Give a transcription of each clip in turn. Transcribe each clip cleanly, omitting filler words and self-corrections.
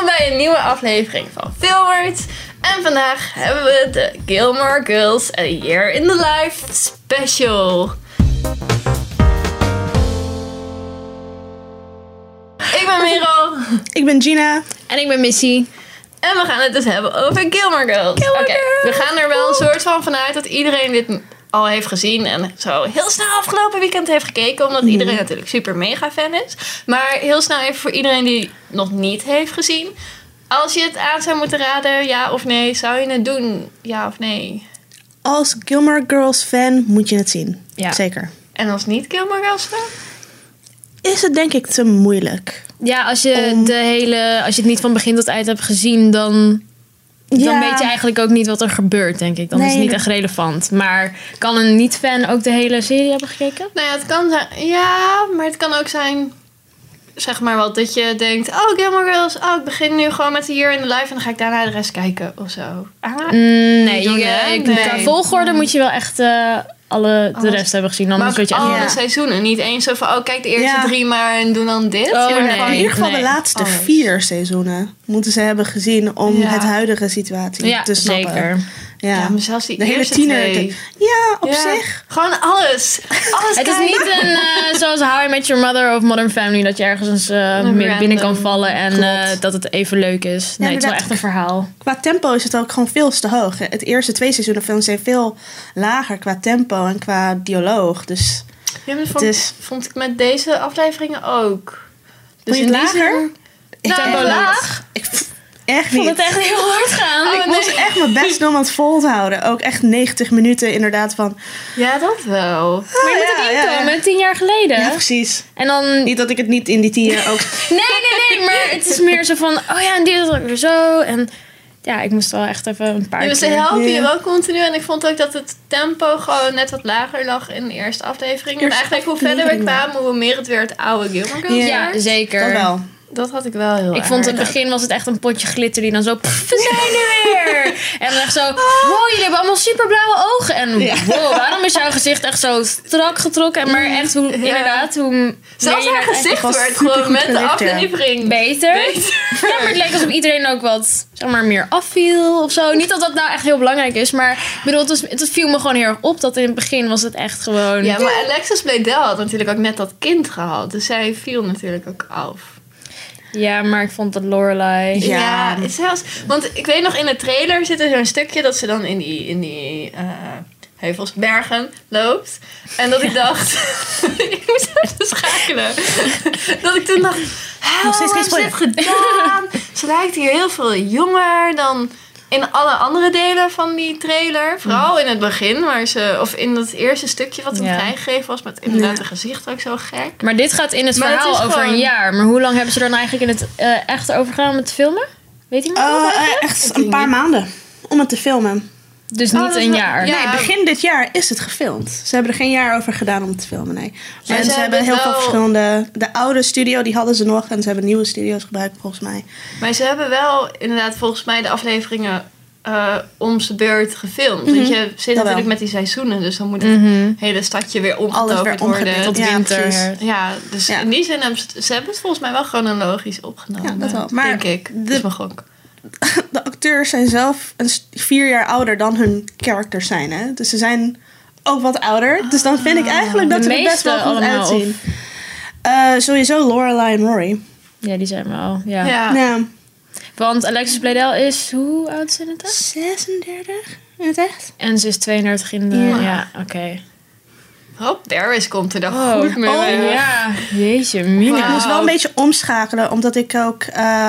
Welkom bij een nieuwe aflevering van Filmert. En vandaag hebben we de Gilmore Girls A Year in the Life special. Ik ben Merel. Ik ben Gina. En ik ben Missy. En we gaan het dus hebben over Gilmore Girls. Oké, we gaan er wel een soort van vanuit dat iedereen dit al heeft gezien en zo heel snel afgelopen weekend heeft gekeken. Omdat iedereen natuurlijk super mega fan is. Maar heel snel even voor iedereen die nog niet heeft gezien. Als je het aan zou moeten raden, ja of nee, zou je het doen? Ja of nee? Als Gilmore Girls fan moet je het zien. Ja. Zeker. En als niet Gilmore Girls fan? Is het denk ik te moeilijk. Ja, als je als je het niet van begin tot eind hebt gezien, dan weet je eigenlijk ook niet wat er gebeurt, denk ik. Dan is het niet echt relevant. Maar kan een niet-fan ook de hele serie hebben gekeken? Nou ja, het kan zijn. Ja, maar het kan ook zijn, zeg maar wat, dat je denkt, oh, Gilmore Girls, oh, ik begin nu gewoon met de Year in the Life en dan ga ik daarna de rest kijken of zo. Qua volgorde moet je wel echt de rest hebben gezien. Dan maar weet je alle seizoenen. Niet eens zo van, oh, kijk de eerste 3 maar en doe dan dit. In ieder geval de laatste 4 seizoenen moeten ze hebben gezien om het huidige situatie te snappen. Zeker. Ja, maar zelfs die de hele eerste tiener. 2. Op zich. Gewoon alles. Het is niet zoals How I Met Your Mother of Modern Family, dat je ergens binnen kan vallen en dat het even leuk is. Nee, het is wel echt een verhaal. Qua tempo is het ook gewoon veel te hoog. Het eerste 2 seizoenen films zijn veel lager qua tempo en qua dialoog. Dus ja, maar vond ik met deze afleveringen ook. Dus vond je het lager? Tempo laag? Echt niet. Ik vond het echt heel hard gaan. Ik moest echt mijn best doen om het vol te houden. Ook echt 90 minuten inderdaad van... Ja, dat wel. Maar je moet erin komen, 10 jaar geleden. Ja, precies. En dan... Niet dat ik het niet in die 10 jaar ook... Nee, maar het is meer zo van... Oh ja, en dit is ook weer zo. En ja, ik moest wel echt even een paar keer... Dus ze helpen je wel continu. En ik vond ook dat het tempo gewoon net wat lager lag in de eerste aflevering. En eigenlijk hoe verder we kwamen, hoe meer het weer het oude Gilmore Girls ja, zeker. Dat wel. Dat had ik wel heel erg. Ik vond in het begin was het echt een potje glitter die dan zo... we zijn er weer! En dan echt zo... Wow, jullie hebben allemaal super blauwe ogen. En wow, waarom is jouw gezicht echt zo strak getrokken? Maar echt hoe... Inderdaad, hoe... Zelfs haar gezicht werd gewoon met de aflevering beter. Ja, maar het leek alsof iedereen ook wat... zeg maar meer afviel of zo. Niet dat dat nou echt heel belangrijk is. Maar ik bedoel, het viel me gewoon heel erg op. Dat in het begin was het echt gewoon... Ja, maar Alexis Bledel had natuurlijk ook net dat kind gehad. Dus zij viel natuurlijk ook af. Ja, maar ik vond dat Lorelai... Ja, zelfs... Want ik weet nog, in de trailer zit er zo'n stukje dat ze dan in die heuvels, bergen loopt. En dat ik dacht... ik moest even schakelen. Dat ik toen dacht... Wat heeft ze dit gedaan? Ze lijkt hier heel veel jonger dan in alle andere delen van die trailer. Vooral in het begin, of in dat eerste stukje wat hem vrijgegeven was. Met inderdaad een gezicht ook zo gek. Maar dit gaat in het verhaal over een jaar. Maar hoe lang hebben ze er nou eigenlijk in het echt over gedaan om het te filmen? Weet iemand dat? Echt een paar maanden om het te filmen. Dus niet een jaar? Ja. Nee, begin dit jaar is het gefilmd. Ze hebben er geen jaar over gedaan om het te filmen, nee. En ze hebben heel veel verschillende... De oude studio, die hadden ze nog. En ze hebben nieuwe studio's gebruikt, volgens mij. Maar ze hebben wel inderdaad volgens mij de afleveringen om zijn beurt gefilmd. Want je zit natuurlijk met die seizoenen. Dus dan moet het hele stadje weer omgetoverd worden. Tot winter. Ja, dus in die zin hebben ze het volgens mij wel chronologisch opgenomen. Ja, dat wel. Maar denk ik. Dat is mijn gok. De acteurs zijn zelf 4 jaar ouder dan hun characters zijn. Hè? Dus ze zijn ook wat ouder. Dus dan vind ik eigenlijk dat ze er best wel goed uitzien. Sowieso Lorelai en Rory. Ja, die zijn wel. Ja. Want Alexis Bledel is... Hoe oud is ze in het echt? 36 in het echt. En ze is 32 in de... Ja, oké. Paris komt er dan goed mee. Ja, jeetje, mina. Ik moest wel een beetje omschakelen, omdat ik ook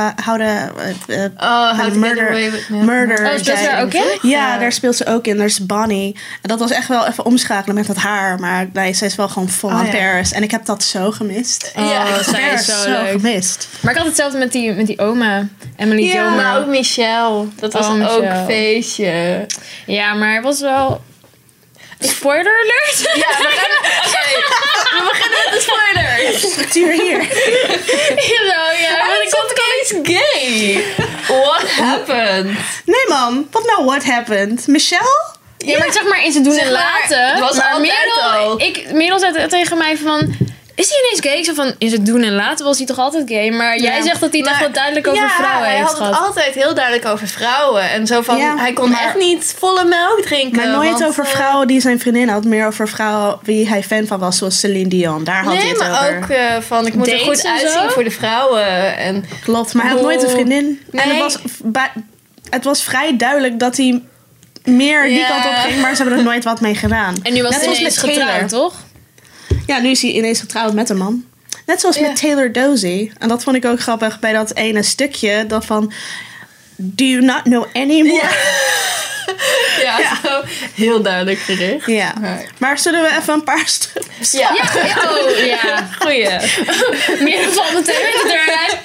Murder. Speelt ze daar ook in? Ja, daar speelt ze ook in. Daar is Bonnie. En dat was echt wel even omschakelen met dat haar. Maar zij is wel gewoon vol aan Paris. En ik heb dat zo gemist. Zij is zo leuk. Gemist. Maar ik had hetzelfde met die oma, Emily Gilmore. Maar ook Michelle. Dat was ook een feestje. Ja, maar het was wel... Spoiler alert? Ja, we beginnen met de spoilers. Structuur hier. Maar ik vond het iets gay. What happened? Nee man, wat nou what happened? Michelle? Ja, maar zeg maar in ze doen en laten. Het was maar altijd al. Merel zei tegen mij van... Is hij ineens gay? Zo van, is het doen en laten? Was hij toch altijd gay? Maar jij zegt dat hij het echt wel duidelijk over vrouwen heeft gehad. Hij had het altijd heel duidelijk over vrouwen. En zo van, hij kon echt niet volle melk drinken. Maar nooit over vrouwen die zijn vriendin had. Meer over vrouwen wie hij fan van was, zoals Celine Dion. Daar had hij het over. Nee, maar ook van, ik moet er goed uitzien voor de vrouwen. En klopt, maar hij had nooit een vriendin. Nee. En het was vrij duidelijk dat hij meer die kant op ging. Maar ze hebben er nooit wat mee gedaan. En nu was hij ineens getrouwd, toch? Ja, nu is hij ineens getrouwd met een man. Net zoals met Taylor Dozy. En dat vond ik ook grappig bij dat ene stukje. Dat van, do you not know anymore? Ja, zo heel duidelijk gericht. Ja. Maar zullen we even een paar stuks? Ja. Goeie. Meer van meteen eruit.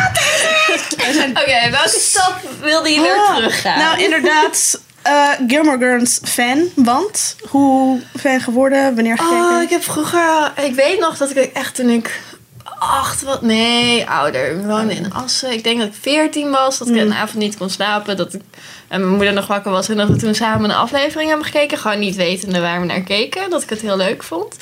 Oké, welke stap wilde je weer teruggaan? Nou, inderdaad... Gilmore Girls fan, want hoe fan geworden, wanneer gekeken? Ik heb vroeger, ik weet nog dat ik echt toen ik 8 was, nee, ouder. We woonden in Assen. Ik denk dat ik 14 was, dat ik een avond niet kon slapen, dat ik en mijn moeder nog wakker was en dat we toen samen een aflevering hebben gekeken, gewoon niet wetende waar we naar keken, dat ik het heel leuk vond.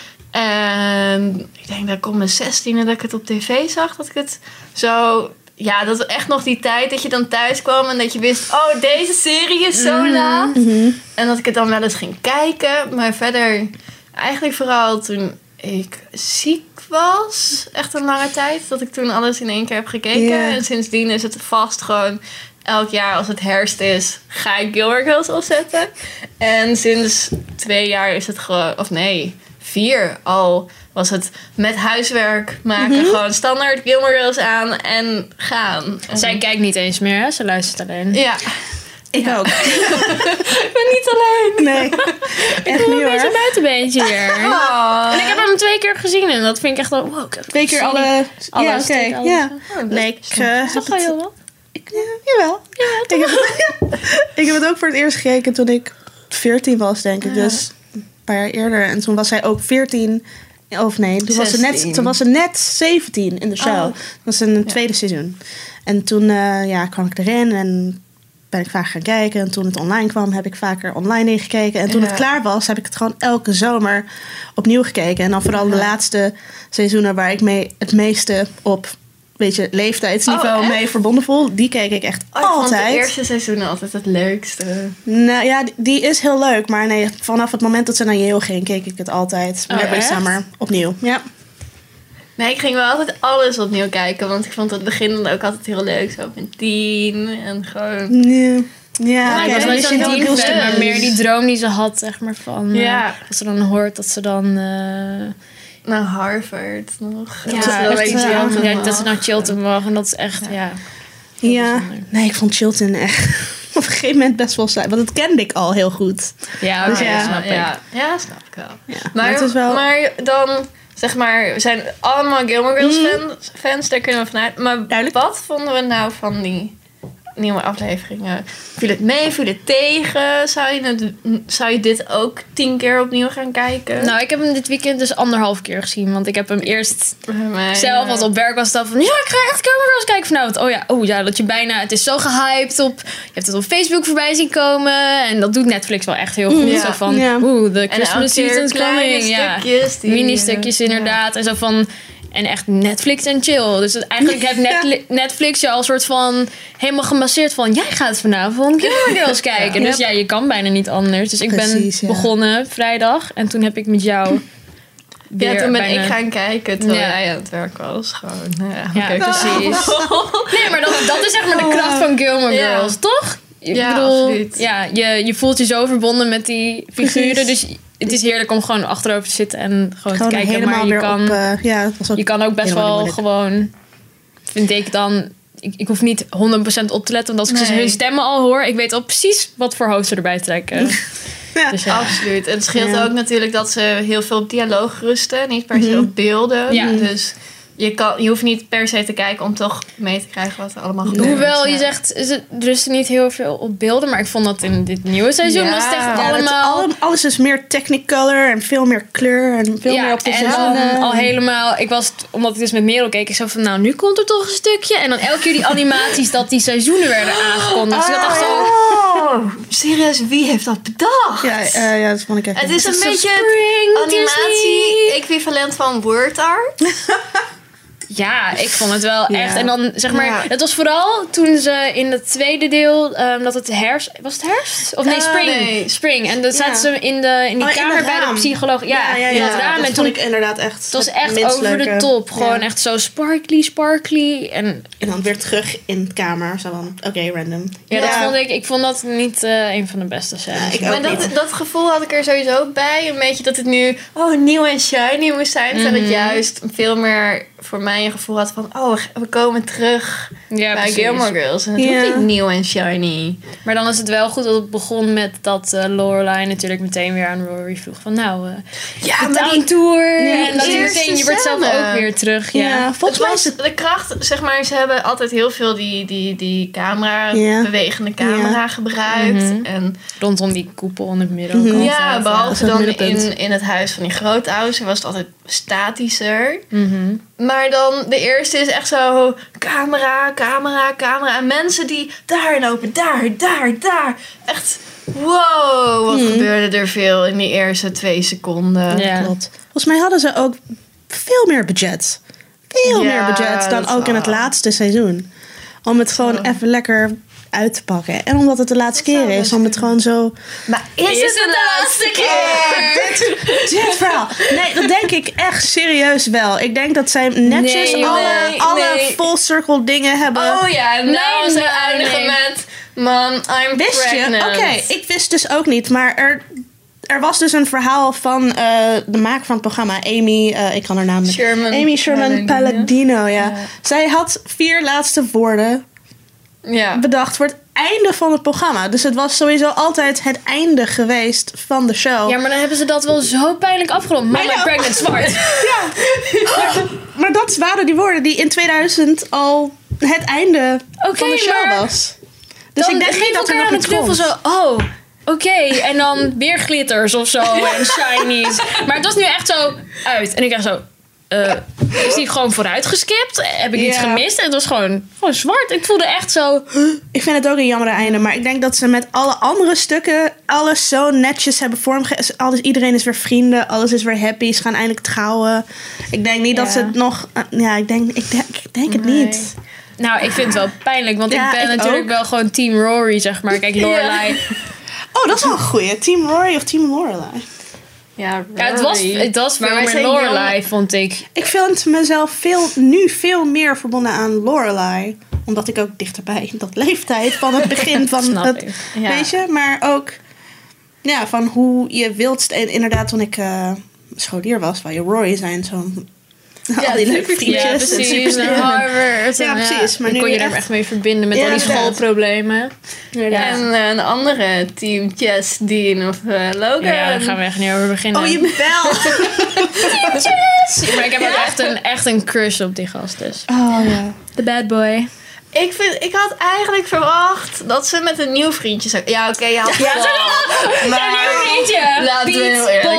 En ik denk dat ik op mijn 16e dat ik het op tv zag, dat ik het zo... Ja, dat was echt nog die tijd dat je dan thuis kwam en dat je wist... Oh, deze serie is zo laat. Mm-hmm. En dat ik het dan wel eens ging kijken. Maar verder, eigenlijk vooral toen ik ziek was. Echt een lange tijd. Dat ik toen alles in één keer heb gekeken. Yeah. En sindsdien is het vast gewoon... Elk jaar als het herfst is, ga ik Gilmore Girls opzetten. En sinds 2 jaar is het gewoon... Of nee, 4 al... was het met huiswerk maken. Gewoon standaard Gilmore Girls aan en gaan. Zij kijkt niet eens meer, hè? Ze luistert alleen. Ja. Ik ook. Ik ben niet alleen. Nee. Ik doe een beetje buitenbeentje hier. Oh. En ik heb hem 2 keer gezien en dat vind ik echt wel... Wow, 2 keer alle... Ja, oké. Ja. Nee, ik heb het... heel wel. Jawel. Ik heb het ook voor het eerst gekeken toen ik 14 was, denk ik. Dus een paar jaar eerder. En toen was zij ook 14... Of nee, toen was ze net 17 in de show. Dat was een tweede seizoen. En toen kwam ik erin en ben ik vaak gaan kijken. En toen het online kwam, heb ik vaker online ingekeken. En toen het klaar was, heb ik het gewoon elke zomer opnieuw gekeken. En dan vooral de laatste seizoenen waar ik het meeste op... leeftijdsniveau mee verbonden voel. Die keek ik echt altijd. Ik vond de eerste seizoenen altijd het leukste. Nou ja, die is heel leuk. Maar nee, vanaf het moment dat ze naar Yale ging, keek ik het altijd. Every summer opnieuw. Ja. Nee, ik ging wel altijd alles opnieuw kijken. Want ik vond het begin dan ook altijd heel leuk. Zo met 10 en gewoon... Nee. Ja, ik was nooit zo'n teamfan, maar meer die droom die ze had, zeg maar, van... dat ze dan hoort dat ze dan... naar Harvard nog. Dat ze naar Chilton mag. En dat is echt, Ja, nee, ik vond Chilton echt op een gegeven moment best wel saai. Want dat kende ik al heel goed. Ja, dus snap ik. Ja, snap ik wel. Ja, maar dan, zeg maar, we zijn allemaal Gilmore Girls fans. Daar kunnen we vanuit. Maar wat vonden we nou van die nieuwe afleveringen? Viel het mee? Viel het tegen? Zou je dit ook 10 keer opnieuw gaan kijken? Nou, ik heb hem dit weekend dus 1,5 keer gezien. Want ik heb hem eerst zelf, als op werk was, dan van... Ja, ik ga echt Gilmore Girls kijken vanavond. Oh ja, dat je bijna... Het is zo gehyped op... Je hebt het op Facebook voorbij zien komen. En dat doet Netflix wel echt heel goed. Zo van, the Christmas season's coming. Stukjes, mini-stukjes inderdaad. En zo van... En echt Netflix en chill. Dus eigenlijk heeft Netflix je al soort van helemaal gemasseerd van... Jij gaat vanavond Gilmore Girls kijken. Dus ja, je kan bijna niet anders. Dus ik ben begonnen vrijdag. En toen heb ik met jou... toen ben ik gaan kijken terwijl jij aan het werk was. Gewoon, precies. Nee, maar dat is zeg maar de kracht van Gilmore Girls, toch? Ik bedoel, absoluut. Ja, je voelt je zo verbonden met die figuren. Precies. Dus het is heerlijk om gewoon achterover te zitten en gewoon te kijken. Maar je kan, je kan ook best wel gewoon, vind ik dan... Ik hoef niet 100% op te letten. Want als ik hun stemmen al hoor, ik weet al precies wat voor hoofd ze erbij trekken. Dus absoluut. En het scheelt ook natuurlijk dat ze heel veel op dialoog rusten. Niet per se op beelden. Ja. Dus je hoeft niet per se te kijken om toch mee te krijgen wat er allemaal gebeurt. Hoewel, je zegt, er rustte niet heel veel op beelden. Maar ik vond dat in dit nieuwe seizoen was het echt allemaal... Alles is meer technicolor en veel meer kleur en veel meer op de seizoenen. Al helemaal... Omdat ik dus met Merel keek, ik zo van, nou, nu komt er toch een stukje. En dan elke keer die animaties dat die seizoenen werden aangekondigd. Dus dat echt zo... Serieus, wie heeft dat bedacht? Ja, dat vond ik echt... Het is een beetje animatie-equivalent van word art. Ja, ik vond het wel echt. En dan zeg maar, het was vooral toen ze in het tweede deel, dat het herfst... Was het herfst? Of nee, spring. Nee. Spring. En dan zaten ze in die kamer bij de psycholoog. In dat raam. Dat vond ik inderdaad echt... Het was echt over de top. Gewoon echt zo sparkly. En dan weer terug in de kamer. Zo van, oké, random. Ja, dat vond ik... Ik vond dat niet een van de beste scènes. Maar dat gevoel had ik er sowieso bij. Een beetje dat het nu nieuw en shiny moest zijn. Terwijl het juist veel meer voor mij een gevoel had van... we komen terug bij Gilmore Girls. En het hoeft niet nieuw en shiny. Maar dan is het wel goed dat het begon met dat Lorelai natuurlijk meteen weer aan Rory vroeg van... de towntour. En dat je wordt zelf ook weer terug. Ja. Volgens mij is de kracht, zeg maar... Ze hebben altijd heel veel die camera, bewegende camera gebruikt. En rondom die koepel in het midden. Ja, behalve dan in het huis van die grootouders was het altijd statischer. Maar dan de eerste is echt zo camera. En mensen die daar lopen, daar. Echt, wow, wat gebeurde er veel in die eerste 2 seconden. Ja. Klopt. Volgens mij hadden ze ook veel meer budget. Veel meer budget dan ook in het laatste seizoen. Om het gewoon even lekker uit te pakken. En omdat het de laatste keer is, om het gewoon zo... Maar is het de laatste keer? Dit verhaal. Nee, dat denk ik echt serieus wel. Ik denk dat zij netjes alle full circle dingen hebben. Oh ja, nou ze eindigen met... Man, I'm pregnant. Oké, ik wist dus ook niet. Maar er was dus een verhaal van de maker van het programma, Amy... ik kan haar naam niet. Amy Sherman Palladino, ja. Zij had 4 laatste woorden... bedacht voor het einde van het programma. Dus het was sowieso altijd het einde geweest van de show. Ja, maar dan hebben ze dat wel zo pijnlijk afgerond. Mama pregnant smart. Maar dat waren die woorden die in 2000 al het einde van de show was. Dus ik denk niet dat er nog iets komt. Oké, en dan weer glitters of zo en shinies. Maar het was nu echt zo uit. En ik dacht zo... is die gewoon vooruit geskipt? Heb ik iets gemist? En het was gewoon zwart. Ik voelde echt zo... Ik vind het ook een jammer einde. Maar ik denk dat ze met alle andere stukken... alles zo netjes hebben vormgegeven. Iedereen is weer vrienden. Alles is weer happy. Ze gaan eindelijk trouwen. Ik denk niet dat ze het nog... ik denk het niet. Nou, ik vind het wel pijnlijk. Want ik ben natuurlijk wel gewoon team Rory, zeg maar. Kijk, Lorelai... Oh, dat is wel een goeie. Team Rory of team Lorelai? Ja, het was veel meer Lorelai, vond ik. Ik vind mezelf nu veel meer verbonden aan Lorelai. Omdat ik ook dichterbij dat leeftijd van het begin van het... Weet je? Maar ook van hoe je wilt... En inderdaad, toen ik scholier was, waar je Rory zijn, zo'n... al die leuke vriendjes. Ja, precies. Harvard. Ja, precies. Maar nu kon je er echt mee verbinden met al die schoolproblemen. Ja. En een andere team, Jess, Dean of Logan. Ja, daar gaan we echt niet over beginnen. Oh, je bel. Team Jess! Maar ik heb ook echt een crush op die gast dus. Oh ja. The bad boy. Ik had eigenlijk verwacht dat ze met een nieuw vriendje zou... Ja, oké, ja. Een nieuw vriendje. Laten we heel eerlijk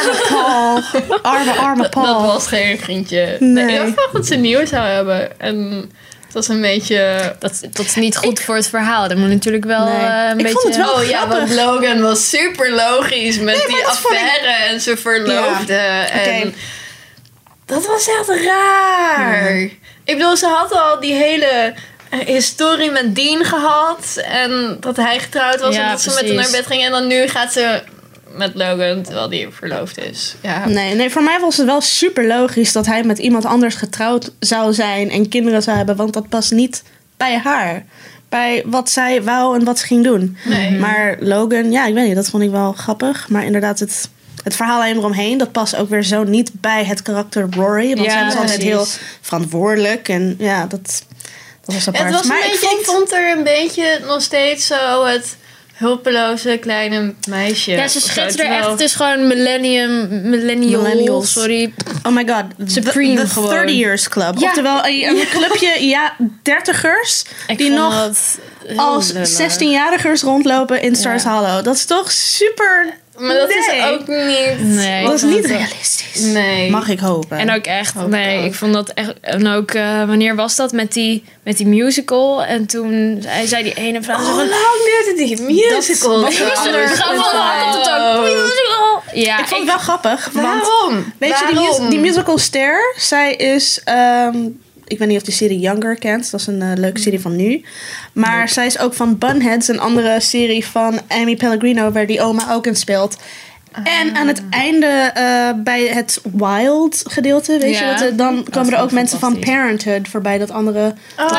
zijn. Arme Paul. Dat was geen vriendje. Nee. Ik had verwacht dat ze een nieuw zou hebben. En het was een beetje... Dat is niet goed voor het verhaal. Dat moet natuurlijk wel een beetje... Ik vond het wel grappig. Want Logan was super logisch met die affaire en ze verloofde. Ja. En dat was echt raar. Ik bedoel, ze had al die hele... historie met Dean gehad. En dat hij getrouwd was. En dat ze met hem naar bed ging. En dan nu gaat ze met Logan, terwijl die verloofd is. Ja. Nee, voor mij was het wel super logisch dat hij met iemand anders getrouwd zou zijn en kinderen zou hebben. Want dat past niet bij haar. Bij wat zij wou en wat ze ging doen. Nee. Maar Logan, ik weet niet, dat vond ik wel grappig. Maar inderdaad, het verhaal eromheen, dat past ook weer zo niet bij het karakter Rory. Want zij is altijd heel verantwoordelijk. En dat was apart. Het was ik vond er een beetje nog steeds zo het hulpeloze kleine meisje. Ja, ze schetst er echt. Het is gewoon millennial. Sorry. Oh my god. Supreme the 30 Years Club. Ja. Oftewel een clubje, dertigers. Die nog als 16-jarigers rondlopen in Stars Hollow. Dat is toch super... Maar dat is ook niet... Nee. Dat is niet realistisch. Nee. Mag ik hopen. En ook echt... ik vond dat echt... En ook, wanneer was dat? Met die musical. En toen zei die ene vrouw... Hoe lang duurde die musical? Musical! Ja, ik vond het wel grappig. Waarom? Weet je, die musical Ster, zij is... ik weet niet of die serie Younger kent. Dat is een leuke serie van nu. Maar zij is ook van Bunheads, een andere serie van Amy Pellegrino, waar die oma ook in speelt. En aan het einde bij het Wild gedeelte, weet je wat? Dan komen er ook mensen van Parenthood voorbij, dat andere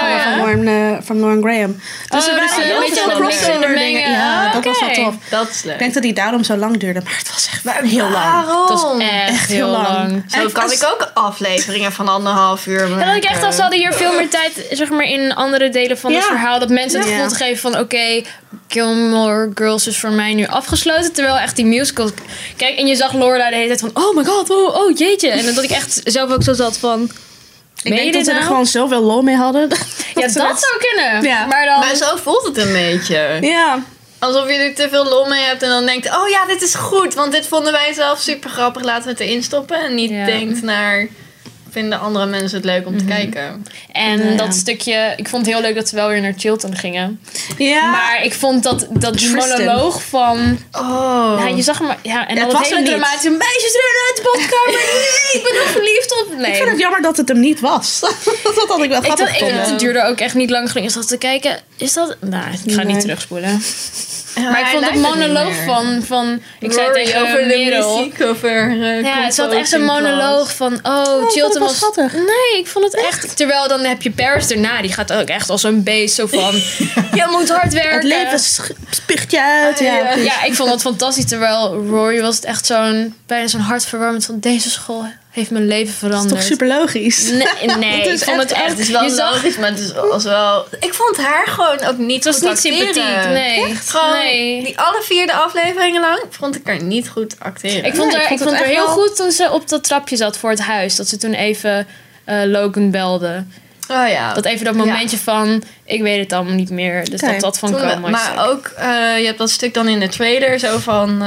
van Lauren Graham. Dus er waren heel veel crossover dingen. Ja, dat was wel tof. Dat is leuk. Ik denk dat die daarom zo lang duurde, maar het was echt heel lang. Waarom? Het was echt heel lang. Zo kan ik ook afleveringen van 1,5 uur maken. Ja, dat ik echt als ze hadden hier veel meer tijd, zeg maar, in andere delen van het verhaal, dat mensen het gevoel geven van oké, Gilmore Girls is voor mij nu afgesloten, terwijl echt die musicals... Kijk, en je zag Lorelai de hele tijd van oh my god, oh jeetje. En dat ik echt zelf ook zo zat van... Ik denk dat ze er gewoon zoveel lol mee hadden. Ja, dat zou kunnen. Ja. Maar zo voelt het een beetje. Ja. Alsof je er te veel lol mee hebt en dan denkt... oh ja, dit is goed, want dit vonden wij zelf super grappig. Laten we het erin stoppen. En niet denkt naar... vinden andere mensen het leuk om te kijken. En dat stukje... Ik vond het heel leuk dat ze wel weer naar Chilton gingen. Ja. Maar ik vond dat die monoloog van... Oh. Ja, je zag hem... Ja, en het dat was hele dramatische... Meisjes rennen uit de badkamer. Nee, ik ben nog verliefd op... Nee. Ik vind het jammer dat het hem niet was. Dat had ik wel grappig gevonden. Het duurde ook echt niet lang geleden. Is dat te kijken? Is dat... Nou, ik ga niet terugspoelen. Maar ik vond het monoloog van ik zei tegen over Merel. De muziek, over het zat echt een monoloog van Chilton was schattig. Nee, ik vond het echt. Terwijl dan heb je Paris erna, die gaat ook echt als een beest zo van je moet hard werken. Het leven spuugt je uit. Ja, ik vond dat fantastisch. Terwijl Rory was het echt bijna zo'n hartverwarmend van deze school heeft mijn leven veranderd. Dat is toch super logisch? Nee, ik vond het echt... Het is wel logisch, maar het is wel... Ik vond haar gewoon ook niet goed acteren. Sympathiek, nee. Echt gewoon, die alle 4 afleveringen lang vond ik haar niet goed acteren. Ik vond haar heel goed toen ze op dat trapje zat voor het huis. Dat ze toen even Logan belde. Oh ja. Dat momentje van... Ik weet het allemaal niet meer. Dus dat van komen. Maar ook... je hebt dat stuk dan in de trailer zo van...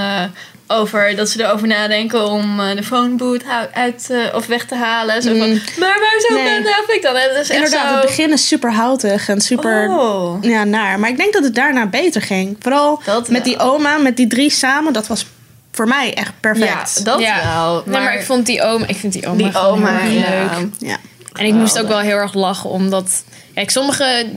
over dat ze erover nadenken om de phonebooth uit of weg te halen. Zo van, maar waar is Ben Affleck dan? En dat is inderdaad, het begin is super houtig en super naar. Maar ik denk dat het daarna beter ging. Vooral met die oma, met die 3 samen. Dat was voor mij echt perfect. Ja, dat wel. Maar ik vond die oma... Die oma heel leuk. Ja. En ik moest ook wel heel erg lachen, omdat... Kijk, sommige...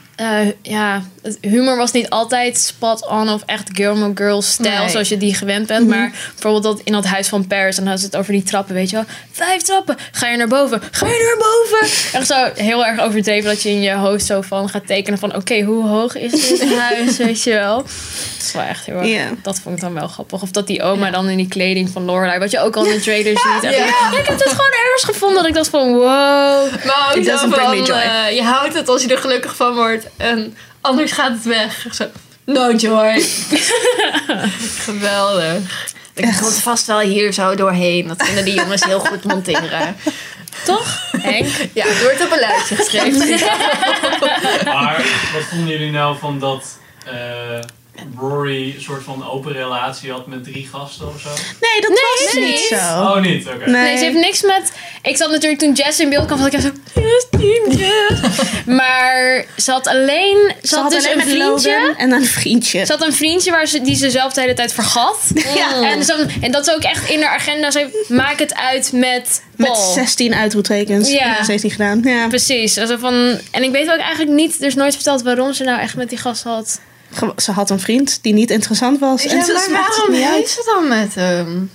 het humor was niet altijd spot on of echt Gilmore Girls stijl zoals je die gewend bent. Maar bijvoorbeeld dat in dat huis van Paris, dan hadden ze het over die trappen, weet je wel. 5 trappen, ga je naar boven. Echt zo heel erg overdreven dat je in je hoofd zo van gaat tekenen van oké, hoe hoog is dit huis, weet je wel. Dat is wel echt heel erg, dat vond ik dan wel grappig. Of dat die oma dan in die kleding van Lorelai, wat je ook al in de trailers ziet. Ik heb het gewoon ergens gevonden dat ik dacht van wow. Maar ook zo van, je houdt het als je er gelukkig van wordt. En anders gaat het weg. Zo, no joy. Geweldig. Ik komt vast wel hier zo doorheen. Dat kunnen die jongens heel goed monteren. Toch, Henk? Ja, het wordt op een lijstje geschreven. Maar wat vonden jullie nou van dat Rory een soort van open relatie had met 3 gasten of zo? Nee, dat was niet zo. Oh, niet? Oké. Nee, ze heeft niks met... Ik zat natuurlijk toen Jess in beeld kwam, ik zo... Yes. Maar ze had alleen... Ze had dus een vriendje. En een vriendje. Ze had een vriendje die ze zelf de hele tijd vergat. Ja. En dat is ook echt in haar agenda. Ze maak het uit met Paul. Met 16 uitroeptekens. Ja. Dat heeft hij gedaan. Ja. Precies. En ik weet ook eigenlijk niet... Er is nooit verteld waarom ze nou echt met die gast had. Ze had een vriend die niet interessant was. Ja, en maar waarom heet ze dan met hem?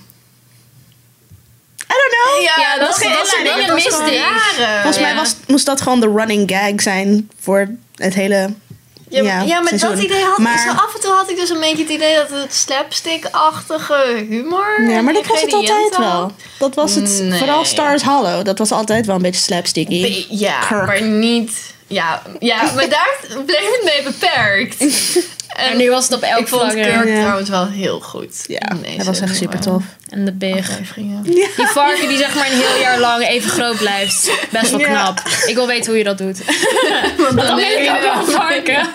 I don't know. Ja, dat soort dingen miste ik. Volgens mij moest dat gewoon de running gag zijn voor het hele maar seizoen. dat idee had ik. Zo af en toe had ik dus een beetje het idee dat het slapstick-achtige humor... Ja, maar dat was het altijd wel. Dat was het. Nee. Vooral Stars Hollow. Dat was altijd wel een beetje slapsticky. Ja, maar niet... Ja, maar daar bleef het mee beperkt. En nu was het op elk Ik vond vlak. Kirk trouwens wel heel goed. Ja, hij was echt super tof. En de big. Ja. Die varken die zeg maar een heel jaar lang even groot blijft. Best wel knap. Ik wil weten hoe je dat doet. Want dan ben ik ook wel een varken.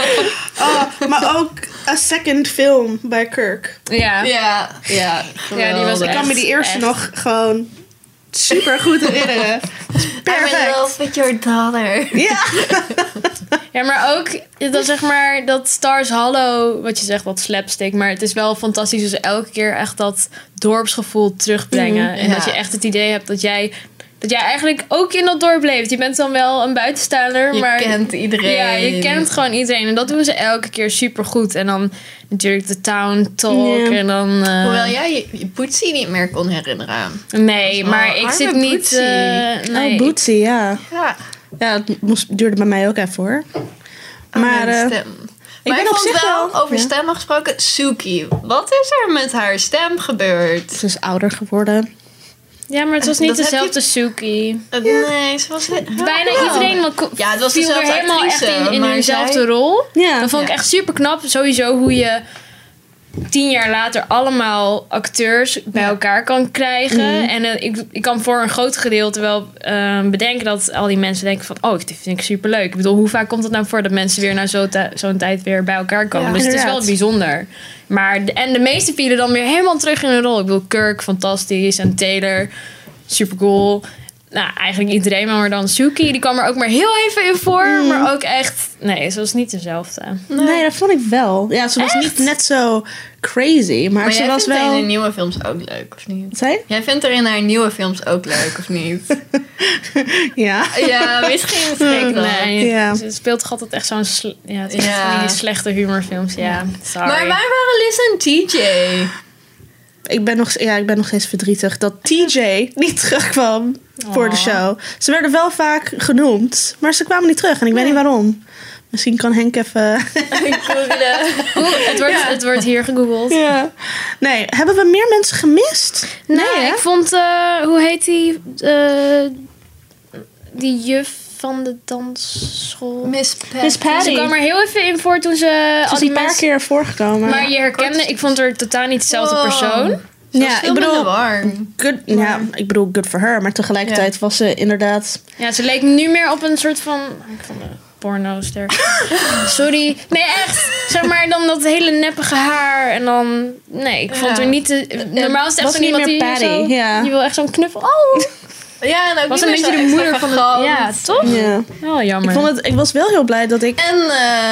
Maar ook een second film bij Kirk. Ja. Ja, die was Ik kan me die eerste nog gewoon super goed herinneren. Perfect. I'm in love with your daughter. Ja. Ja, maar ook dat zeg maar dat Stars Hollow, wat je zegt, wat slapstick, maar het is wel fantastisch dus elke keer echt dat dorpsgevoel terugbrengen. En dat je echt het idee hebt dat jij eigenlijk ook in dat dorp leeft. Je bent dan wel een buitenstaander, maar Je kent iedereen. Ja, je kent gewoon iedereen. En dat doen ze elke keer super goed. En dan natuurlijk de town talk. Ja. En dan, Hoewel jij je Poetsie niet meer kon herinneren. Nee, maar ik arme zit niet... Poetsie. nee. Oh, Bootsy, ja. Ja. Ja, het duurde bij mij ook even hoor. Maar mijn stem. Maar ben ik op vond zich wel, wel- over ja. stemmen gesproken, Suki. Wat is er met haar stem gebeurd? Ze is ouder geworden. Ja, maar het was niet Dat heb dezelfde Suki. Nee, ze was... Bijna iedereen Ja, het was viel er dezelfde helemaal actrice, echt in maar dezelfde zij- rol. Ja. Dat vond ik Ja. echt super knap. Sowieso hoe je 10 jaar later allemaal acteurs bij elkaar kan krijgen. En ik kan voor een groot gedeelte wel bedenken dat al die mensen denken van... Oh, dit vind ik super leuk. Ik bedoel, hoe vaak komt het nou voor dat mensen weer na zo'n tijd weer bij elkaar komen? Ja, dus het is wel inderdaad. bijzonder. Maar de meeste vielen dan weer helemaal terug in hun rol. Ik bedoel, Kirk, fantastisch. En Taylor, super cool. Nou, eigenlijk iedereen, maar dan Suki. Die kwam er ook maar heel even in voor. Maar ook echt... Nee, ze was niet dezelfde. Nee, dat vond ik wel. Ja, ze was niet net zo crazy, maar, Maar ze jij was vindt haar wel... in de nieuwe films ook leuk, of niet? Zij? Jij vindt haar in haar nieuwe films ook leuk, of niet? Ja. Ja, misschien vind ik dat. Nee, Ja. ze speelt toch altijd echt zo'n... Ja, het is echt Ja. van die slechte humorfilms. Ja, sorry. Maar waar waren Liz en TJ? Ik ben nog steeds verdrietig dat TJ niet terugkwam voor de show. Ze werden wel vaak genoemd, maar ze kwamen niet terug en ik weet niet waarom. Misschien kan Henk even... Het wordt hier gegoogeld. Ja. Nee, hebben we meer mensen gemist? Nee, hè? ik vond... hoe heet die juf van de dansschool? Miss Miss Patty. Ze kwam er heel even in voor toen ze Ze al is die een paar mensen... keer voorgekomen. Maar je herkende... Ik vond er totaal niet dezelfde Wow. persoon. ja, ik bedoel, warm. ik bedoel, good for her. Maar tegelijkertijd was ze inderdaad... Ja, ze leek nu meer op een soort van de pornoster. Sorry. Nee, echt. Zeg maar dan dat hele neppige haar. En dan... Nee, ik vond Ja. er niet... Normaal is het echt was zo niet iemand meer die Patty, zo... ja. Die wil echt zo'n knuffel. Oh! Ja, en ook Was niet een meer beetje zo de moeder van de... extravagant. Ja, toch? Ja. Oh, jammer. Ik was wel heel blij dat ik En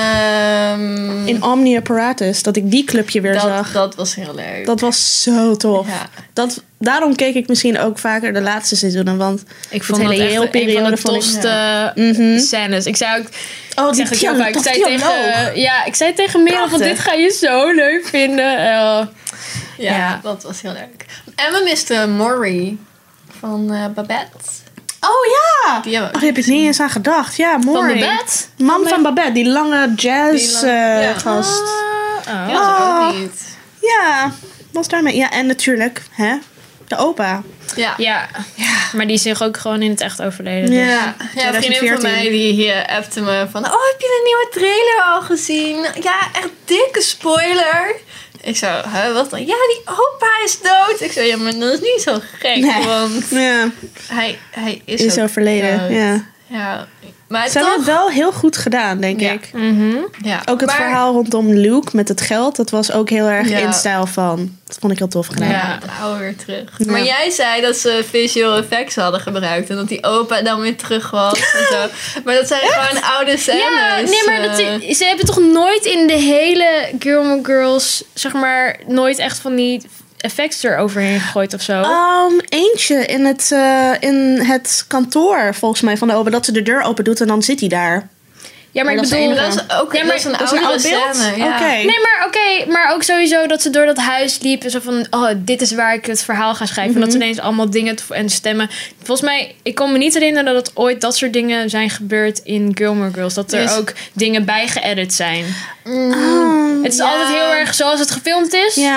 in Omni Apparatus, dat ik die clubje weer zag. dat was heel leuk. Dat was zo tof. Ja. Daarom keek ik misschien ook vaker de laatste seizoenen. Want Ik vond het het hele echt een van periode de vond ik- tofste scènes. Ik zei ook... Oh, Ik zeg het heel vaak. Ik zei dialoog. tegen Merel van Prachtig. dit ga je zo leuk vinden. Ja, Ja. dat was heel leuk. En we misten Maury van Babette. Oh ja! Die hebben we Oh, daar heb ik niet eens aan gedacht. Ja, mooi. Van de bed. Man van Babette, die lange jazz Die lange- ja. gast. Oh. Ja, dat ook niet. Ja, was daarmee. Ja, en natuurlijk, hè, de opa. Ja. Ja. Maar die is zich ook gewoon in het echt overleden. Dus. Ja, een vriendin van 2014. mij die appte me van... Oh, heb je de nieuwe trailer al gezien? Ja, echt dikke spoiler. Ik zo, wat dan? Ja, die opa is dood. Ik zo, ja, maar dat is niet zo gek. Nee. Want Ja, hij is ook overleden. dood. Ja. Ja. Maar Ze hebben toch... het wel heel goed gedaan, denk Ja. ik. Ja. Ook het Maar- verhaal rondom Luke met het geld, dat was ook heel erg Ja. in stijl van. Dat vond ik heel tof gedaan. Ja, het oude weer terug. Ja. Maar jij zei dat ze visual effects hadden gebruikt. En dat die opa dan weer terug was. En zo. Maar dat zijn gewoon oude scènes. Ja, nee, maar ze hebben toch nooit in de hele Gilmore Girls, zeg maar, nooit echt van die effects eroverheen gegooid of zo? Eentje in het kantoor, volgens mij, van de opa. Dat ze de deur open doet en dan zit hij daar. Ja, maar Maar ik dat is bedoel... de enige. Dat is ook Ja, maar dat is een Dat is een oudere oud beeld? scène. Ja. Oké. Nee, maar ook sowieso dat ze door dat huis liep. En zo van, oh, dit is waar ik het verhaal ga schrijven. En dat ze ineens allemaal dingen en stemmen. Volgens mij, ik kon me niet herinneren dat het ooit dat soort dingen zijn gebeurd in Gilmore Girls. Dat er Dus- ook dingen bij geëdit zijn. Oh, Het is Ja. altijd heel erg zoals het gefilmd is. ja.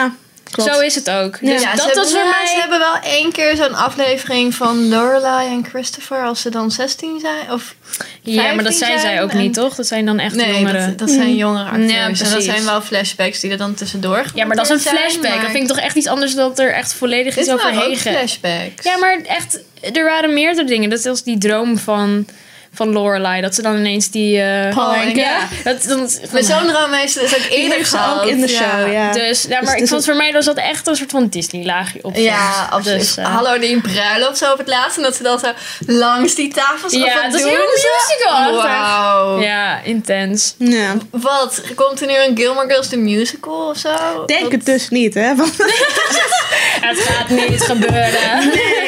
Klopt. Zo is het ook. Ja. Dus dat was voor mij... Ze hebben wel 1 keer zo'n aflevering van Lorelai en Christopher als ze dan 16 zijn. Of Ja, maar dat zijn zij ook niet, toch? Dat zijn dan echt jongeren. Dat zijn jongere acteurs. Ja, en dat precies. zijn wel flashbacks die er dan tussendoor Ja, maar dat is een zijn, flashback. maar Dat vind ik toch echt iets anders dan dat er echt volledig dit iets waren ook overheen gaat. flashbacks. Ja, maar echt, er waren meerdere dingen. Dat was die droom van Lorelai. Dat ze dan ineens die... Paul en ja. Met zo'n droommeester is ook eerder heeft ze gehad. ook in de show, ja. Dus, ja, maar Dus ik vond voor mij was dat echt een soort van Disney-laagje op. Ja, absoluut. Dus, Hallo, die bruiloft zo op het laatste. En dat ze dan zo langs die tafels Ja, af en dat is doen. heel musical. Wauw. Ja, intens. Ja. Wat? Komt er nu een Gilmore Girls the Musical of zo? Denk het dus niet, hè? Want Het gaat niet gebeuren.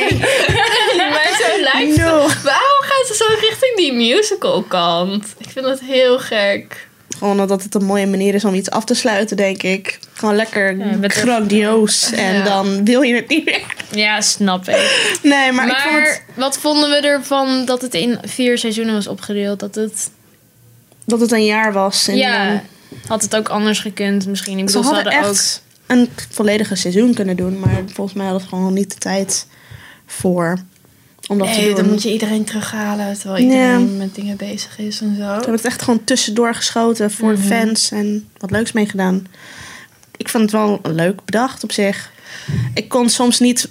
Maar zo lijkt No. Waarom gaat ze zo richting die musical kant? Ik vind dat heel gek. gewoon omdat het een mooie manier is om iets af te sluiten, denk ik. Gewoon lekker met grandioos. En dan wil je het niet meer. Ja, snap ik. Nee, maar ik vond Maar het, wat vonden we ervan dat het in 4 seizoenen was opgedeeld? Dat het een jaar was. En dan, had het ook anders gekund misschien. Ik ze bedoel, hadden echt een volledige seizoen kunnen doen. Maar volgens mij hadden ze gewoon niet de tijd voor om dat te doen. Dan moet je iedereen terughalen terwijl iedereen met dingen bezig is en zo. Ze hebben het echt gewoon tussendoor geschoten voor de fans en wat leuks mee gedaan. Ik vond het wel leuk bedacht op zich. Ik kon soms niet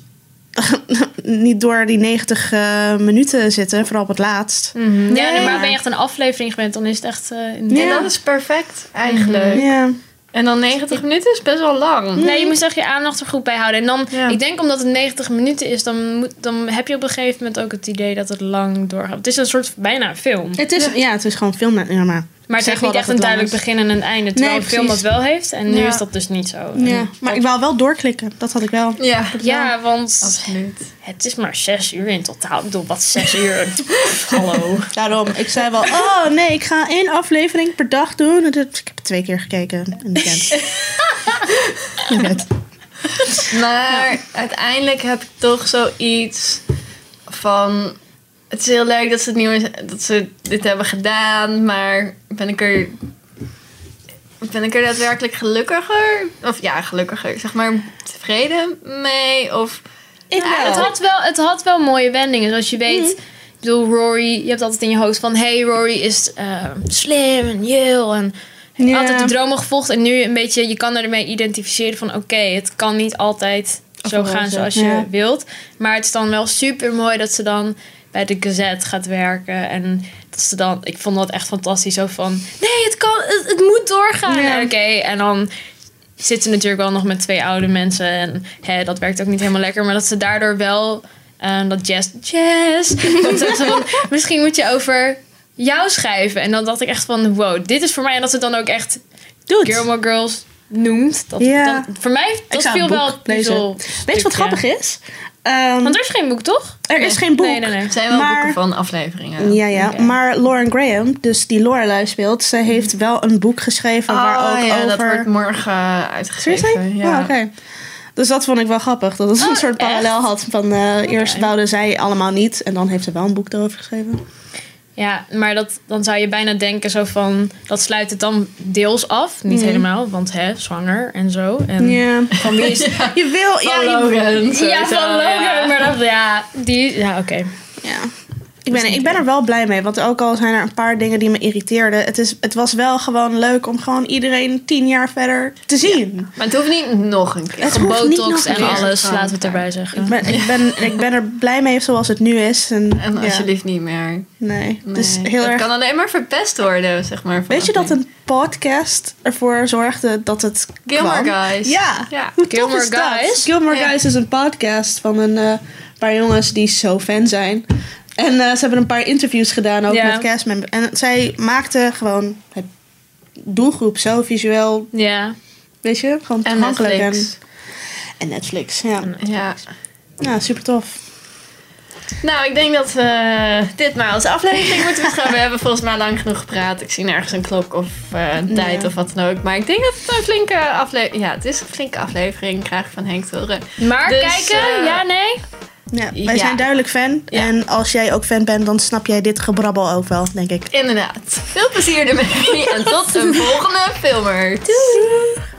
door die 90 minuten zitten, vooral op het laatst. Ja, nee, maar ben je echt een aflevering gewend, dan is het echt... En dat is perfect, eigenlijk. Ja. En dan 90 minuten is best wel lang. Nee, je moet echt je aandacht er goed bij houden. En dan, Ja. ik denk omdat het 90 minuten is, dan heb je op een gegeven moment ook het idee dat het lang doorgaat. Het is een soort bijna een film. Het is gewoon film. Ja, Maar het zeg heeft niet wel echt dat een het duidelijk lang begin en een einde. Terwijl Nee, een film dat precies. wel heeft. En nu Ja. is dat dus niet zo. Ja. En Maar ik wou wel doorklikken. Dat had ik wel. Ja, want absoluut. het is maar 6 uur in totaal. Ik bedoel, wat 6 uur? Hallo. Daarom, ik zei wel, oh nee, ik ga 1 aflevering per dag doen. Ik heb het 2 keer gekeken in de weekend. Maar uiteindelijk heb ik toch zoiets van... Het is heel leuk dat dat ze dit hebben gedaan, maar ben ik er daadwerkelijk gelukkiger? Of ja, gelukkiger, zeg maar tevreden mee? Of Het had wel mooie wendingen. Zoals je weet, ik bedoel, Rory, je hebt altijd in je hoofd van... Hey, Rory is slim en heel en... Ja. Altijd de dromen gevolgd. En nu een beetje, je kan ermee identificeren van... Oké, het kan niet altijd zo gaan zoals je wilt. Maar het is dan wel super mooi dat ze dan bij de Gazette gaat werken. En dat ze dan... Ik vond dat echt fantastisch. Zo van, nee, het moet doorgaan. Ja. Oké, en dan zitten ze natuurlijk wel nog met 2 oude mensen. En dat werkt ook niet helemaal lekker. Maar dat ze daardoor wel... dat Jess komt echt zo van, misschien moet je over jou schrijven. En dan dacht ik echt van, wow, dit is voor mij. En dat ze dan ook echt Gilmore Girls noemt. Dat voor mij, dat viel wel puzzel. Weet je wat grappig is? Want er is geen boek, toch? Er is geen boek. Nee. het zijn wel boeken van afleveringen. Ja. Oké. Maar Lauren Graham, dus die Lorelai speelt, ze heeft wel een boek geschreven waar ook over... dat wordt morgen uitgegeven. Seriously? Ja. Oh, oké. Dus dat vond ik wel grappig. Dat het een soort parallel had. Van eerst wouden zij allemaal niet. En dan heeft ze wel een boek erover geschreven. Ja, maar dan zou je bijna denken zo van... Dat sluit het dan deels af. Niet helemaal, want zwanger en zo. En Ja. van wie is... Je wil... Van Logan. Ja, van Logan. Ja. Maar dat, ja, oké. Ja. Ik ben er wel blij mee. Want ook al zijn er een paar dingen die me irriteerden. Het was wel gewoon leuk om gewoon iedereen 10 jaar verder te zien. Maar het hoeft niet nog een keer. Het hoeft niet Botox nog en een keer. alles, laten we het erbij zeggen. Ik ben er blij mee zoals het nu is. En alsjeblieft niet meer. Nee. Dus Nee, heel dat erg... kan alleen maar verpest worden, zeg maar. Weet je dat een podcast ervoor zorgde dat het Gilmore kwam? Guys. Ja. Ja. Hoe tof Gilmore is dat? Guys? Gilmore Ja. Guys is een podcast van een paar jongens die zo fan zijn. En ze hebben een paar interviews gedaan ook met castmembers. En zij maakten gewoon het doelgroep zo visueel, Ja. weet je, gewoon En toegankelijk. Netflix. En Netflix, ja. Ja. Ja, super tof. Nou, ik denk dat we dit maar als aflevering moeten beschouwen. We hebben volgens mij lang genoeg gepraat. Ik zie nergens een klok of een tijd of wat dan ook. Maar ik denk dat het een flinke aflevering... Ja, het is een flinke aflevering, krijg ik van Henk te horen. Maar Dus, kijken, ja, nee? Ja, wij zijn duidelijk fan. Ja. En als jij ook fan bent, dan snap jij dit gebrabbel ook wel, denk ik. Inderdaad. Veel plezier ermee en tot een volgende filmer. Doei!